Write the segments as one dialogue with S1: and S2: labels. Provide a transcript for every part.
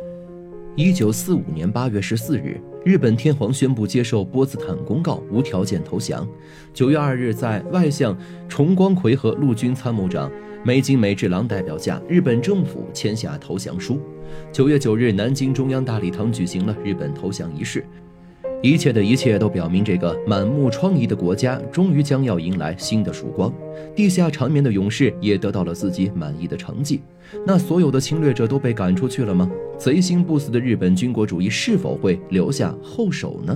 S1: 1945年8月14日，日本天皇宣布接受波茨坦公告，无条件投降。9月2日，在外相重光葵和陆军参谋长梅津美治郎代表下，日本政府签下投降书。9月9日，南京中央大礼堂举行了日本投降仪式。一切的一切都表明，这个满目疮痍的国家终于将要迎来新的曙光。地下长眠的勇士也得到了自己满意的成绩。那所有的侵略者都被赶出去了吗？贼心不死的日本军国主义是否会留下后手呢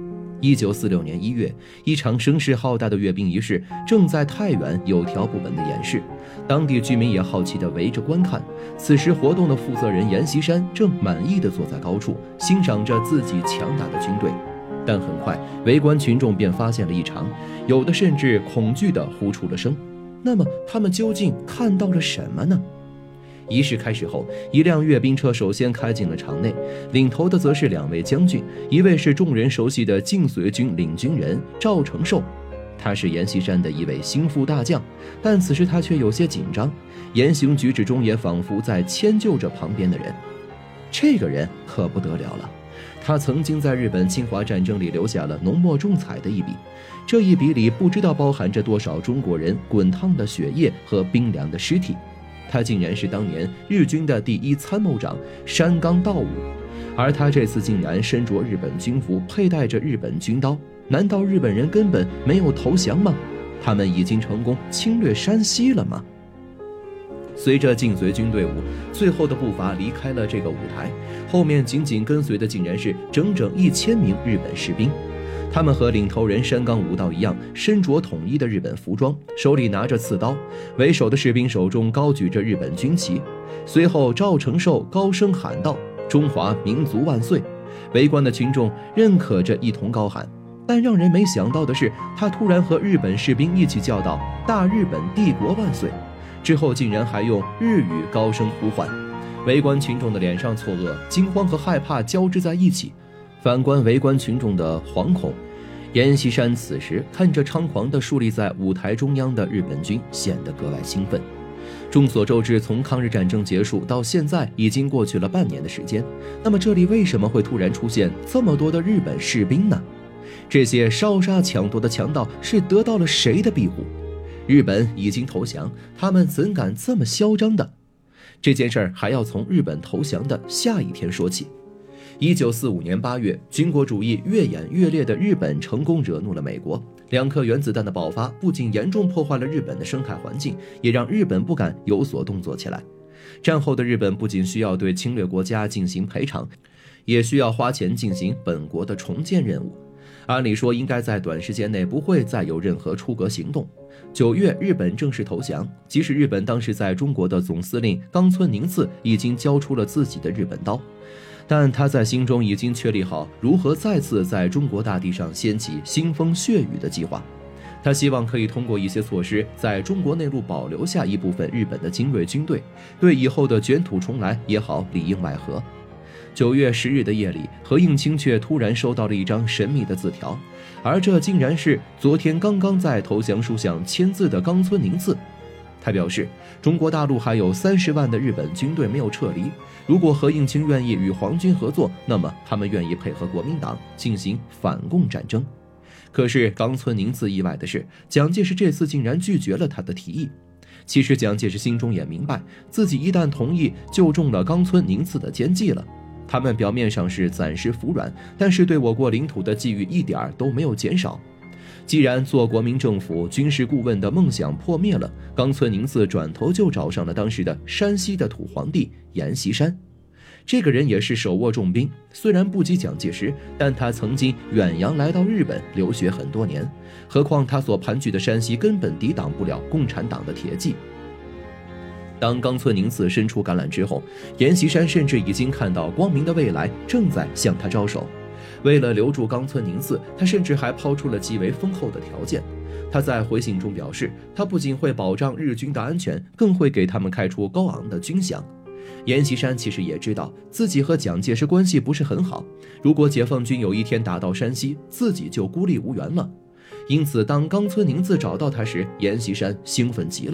S1: ？1946年1月，一场声势浩大的阅兵仪式正在太原有条不紊地演示，当地居民也好奇地围着观看。此时活动的负责人阎锡山正满意地坐在高处，欣赏着自己强大的军队。但很快，围观群众便发现了异常，有的甚至恐惧地呼出了声。那么他们究竟看到了什么呢？仪式开始后，一辆阅兵车首先开进了场内，领头的则是2位将军，一位是众人熟悉的晋绥军领军人赵承寿，他是阎锡山的一位心腹大将，但此时他却有些紧张，言行举止中也仿佛在迁就着旁边的人。这个人可不得了了，他曾经在日本侵华战争里留下了浓墨重彩的一笔，这一笔里不知道包含着多少中国人滚烫的血液和冰凉的尸体。他竟然是当年日军的第1参谋长山冈道武，而他这次竟然身着日本军服，佩戴着日本军刀。难道日本人根本没有投降吗？他们已经成功侵略山西了吗？随着晋绥军队伍最后的步伐离开了这个舞台，后面紧紧跟随的竟然是整整1000名日本士兵。他们和领头人山冈武道一样，身着统一的日本服装，手里拿着刺刀，为首的士兵手中高举着日本军旗。随后赵承寿高声喊道：“中华民族万岁！”围观的群众认可着一同高喊。但让人没想到的是，他突然和日本士兵一起叫道：“大日本帝国万岁！”之后竟然还用日语高声呼唤。围观群众的脸上错愕、惊慌和害怕交织在一起。反观围观群众的惶恐，阎锡山此时看着猖狂地竖立在舞台中央的日本军，显得格外兴奋。众所周知，从抗日战争结束到现在已经过去了半年的时间，那么这里为什么会突然出现这么多的日本士兵呢？这些烧杀抢夺的强盗是得到了谁的庇护？日本已经投降，他们怎敢这么嚣张的？这件事儿还要从日本投降的下一天说起。1945年8月，军国主义越演越烈的日本成功惹怒了美国。2颗原子弹的爆发不仅严重破坏了日本的生态环境，也让日本不敢有所动作起来。战后的日本不仅需要对侵略国家进行赔偿，也需要花钱进行本国的重建任务。按理说应该在短时间内不会再有任何出格行动。9月，日本正式投降，即使日本当时在中国的总司令冈村宁次已经交出了自己的日本刀，但他在心中已经确立好如何再次在中国大地上掀起腥风血雨的计划。他希望可以通过一些措施，在中国内陆保留下一部分日本的精锐军队，对以后的卷土重来也好里应外合。9月10日的夜里，何应钦却突然收到了一张神秘的字条，而这竟然是昨天刚刚在投降书上签字的冈村宁次。他表示，中国大陆还有30万的日本军队没有撤离，如果何应钦愿意与皇军合作，那么他们愿意配合国民党进行反共战争。可是冈村宁次意外的是，蒋介石这次竟然拒绝了他的提议。其实蒋介石心中也明白，自己一旦同意，就中了冈村宁次的奸计了。他们表面上是暂时服软，但是对我国领土的觊觎一点都没有减少。既然做国民政府军事顾问的梦想破灭了，冈村宁次转头就找上了当时的山西的土皇帝阎锡山。这个人也是手握重兵，虽然不及蒋介石，但他曾经远洋来到日本留学很多年，何况他所盘踞的山西根本抵挡不了共产党的铁骑。当冈村宁次伸出橄榄枝后，阎锡山甚至已经看到光明的未来正在向他招手。为了留住冈村宁次，他甚至还抛出了极为丰厚的条件。他在回信中表示，他不仅会保障日军的安全，更会给他们开出高昂的军饷。阎锡山其实也知道自己和蒋介石关系不是很好，如果解放军有一天打到山西，自己就孤立无援了。因此当冈村宁次找到他时，阎锡山兴奋极了。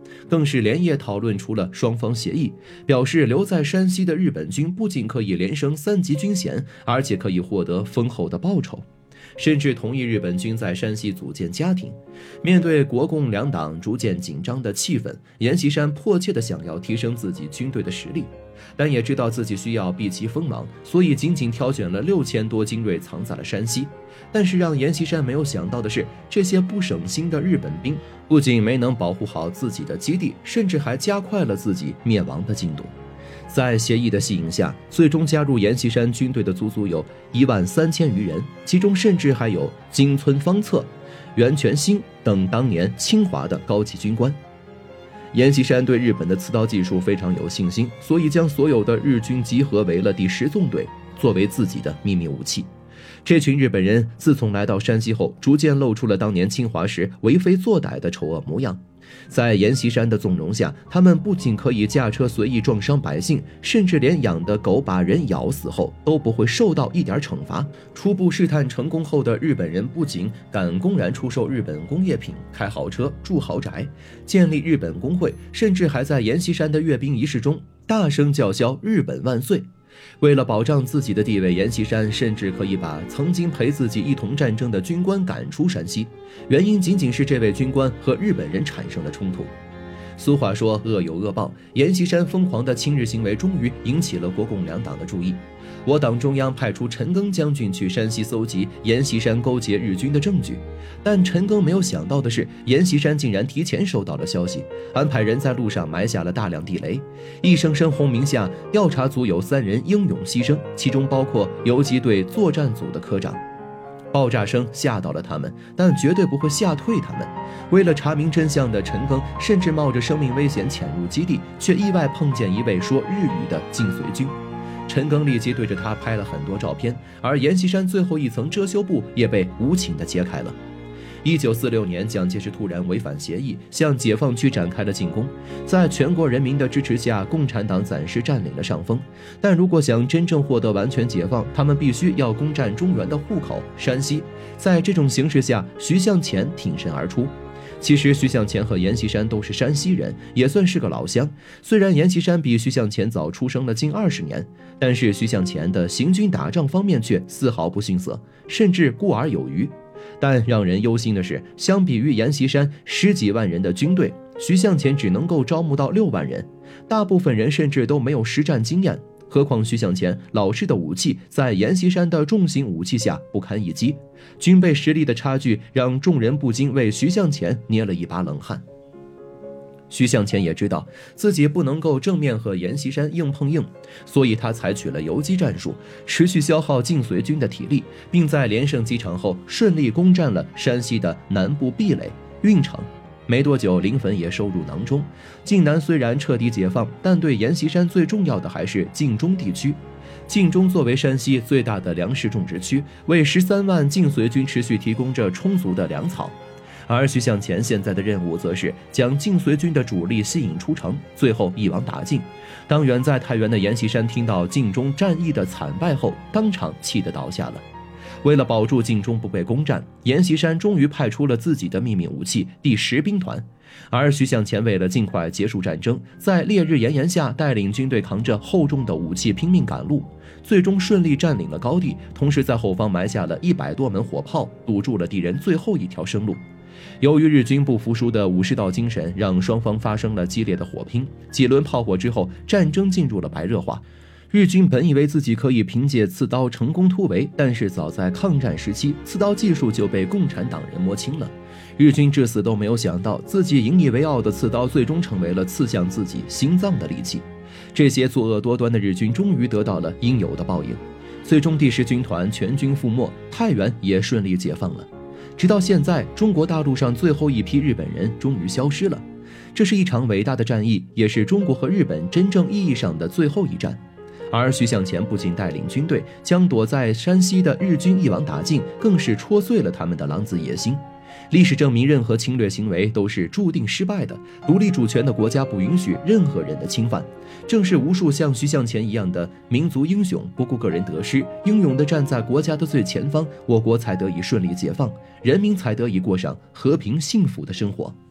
S1: 更是连夜讨论出了双方协议，表示留在山西的日本军不仅可以连升3级军衔，而且可以获得丰厚的报酬，甚至同意日本军在山西组建家庭。面对国共两党逐渐紧张的气氛，阎锡山迫切地想要提升自己军队的实力，但也知道自己需要避其锋芒，所以仅仅挑选了6000多精锐藏在了山西。但是让阎锡山没有想到的是，这些不省心的日本兵不仅没能保护好自己的基地，甚至还加快了自己灭亡的进度。在协议的吸引下，最终加入阎锡山军队的足足有13000余人，其中甚至还有金村方策、袁全兴等当年清华的高级军官。阎锡山对日本的刺刀技术非常有信心，所以将所有的日军集合为了第10纵队，作为自己的秘密武器。这群日本人自从来到山西后，逐渐露出了当年侵华时为非作歹的丑恶模样。在阎锡山的纵容下，他们不仅可以驾车随意撞伤百姓，甚至连养的狗把人咬死后都不会受到一点惩罚。初步试探成功后的日本人不仅敢公然出售日本工业品，开豪车，住豪宅，建立日本工会，甚至还在阎锡山的阅兵仪式中大声叫嚣日本万岁。为了保障自己的地位，阎锡山甚至可以把曾经陪自己一同战争的军官赶出山西，原因仅仅是这位军官和日本人产生了冲突。俗话说恶有恶报，阎锡山疯狂的亲日行为终于引起了国共两党的注意。我党中央派出陈赓将军去山西搜集阎锡山勾结日军的证据，但陈赓没有想到的是，阎锡山竟然提前收到了消息，安排人在路上埋下了大量地雷。一声声轰鸣下，调查组有3人英勇牺牲，其中包括游击队作战组的科长。爆炸声吓到了他们，但绝对不会吓退他们。为了查明真相的陈赓甚至冒着生命危险潜入基地，却意外碰见一位说日语的晋绥军。陈赓立即对着他拍了很多照片，而阎锡山最后一层遮羞布也被无情地揭开了。1946年，蒋介石突然违反协议，向解放区展开了进攻。在全国人民的支持下，共产党暂时占领了上风。但如果想真正获得完全解放，他们必须要攻占中原的户口山西。在这种形势下，徐向前挺身而出。其实徐向前和阎锡山都是山西人，也算是个老乡。虽然阎锡山比徐向前早出生了近20年，但是徐向前的行军打仗方面却丝毫不逊色，甚至过而有余。但让人忧心的是，相比于阎锡山10几万人的军队，徐向前只能够招募到6万人，大部分人甚至都没有实战经验。何况徐向前老式的武器在阎锡山的重型武器下不堪一击，军备实力的差距让众人不禁为徐向前捏了一把冷汗。徐向前也知道自己不能够正面和阎锡山硬碰硬，所以他采取了游击战术，持续消耗晋绥军的体力，并在连胜几场后顺利攻占了山西的南部壁垒运城。没多久，临汾也收入囊中。晋南虽然彻底解放，但对阎锡山最重要的还是晋中地区。晋中作为山西最大的粮食种植区，为13万晋绥军持续提供着充足的粮草。而徐向前现在的任务则是将晋绥军的主力吸引出城，最后一网打尽。当远在太原的阎锡山听到晋中战役的惨败后，当场气得倒下了。为了保住晋中不被攻占，阎锡山终于派出了自己的秘密武器第10兵团。而徐向前为了尽快结束战争，在烈日炎炎下带领军队扛着厚重的武器拼命赶路，最终顺利占领了高地，同时在后方埋下了100多门火炮，堵住了敌人最后一条生路。由于日军不服输的武士道精神，让双方发生了激烈的火拼。几轮炮火之后，战争进入了白热化。日军本以为自己可以凭借刺刀成功突围，但是早在抗战时期，刺刀技术就被共产党人摸清了。日军至死都没有想到，自己引以为傲的刺刀最终成为了刺向自己心脏的利器。这些作恶多端的日军终于得到了应有的报应，最终第10军团全军覆没，太原也顺利解放了。直到现在，中国大陆上最后一批日本人终于消失了。这是一场伟大的战役，也是中国和日本真正意义上的最后一战。而徐向前不仅带领军队将躲在山西的日军一网打尽，更是戳碎了他们的狼子野心。历史证明，任何侵略行为都是注定失败的，独立主权的国家不允许任何人的侵犯。正是无数像徐向前一样的民族英雄，不顾个人得失，英勇地站在国家的最前方，我国才得以顺利解放，人民才得以过上和平幸福的生活。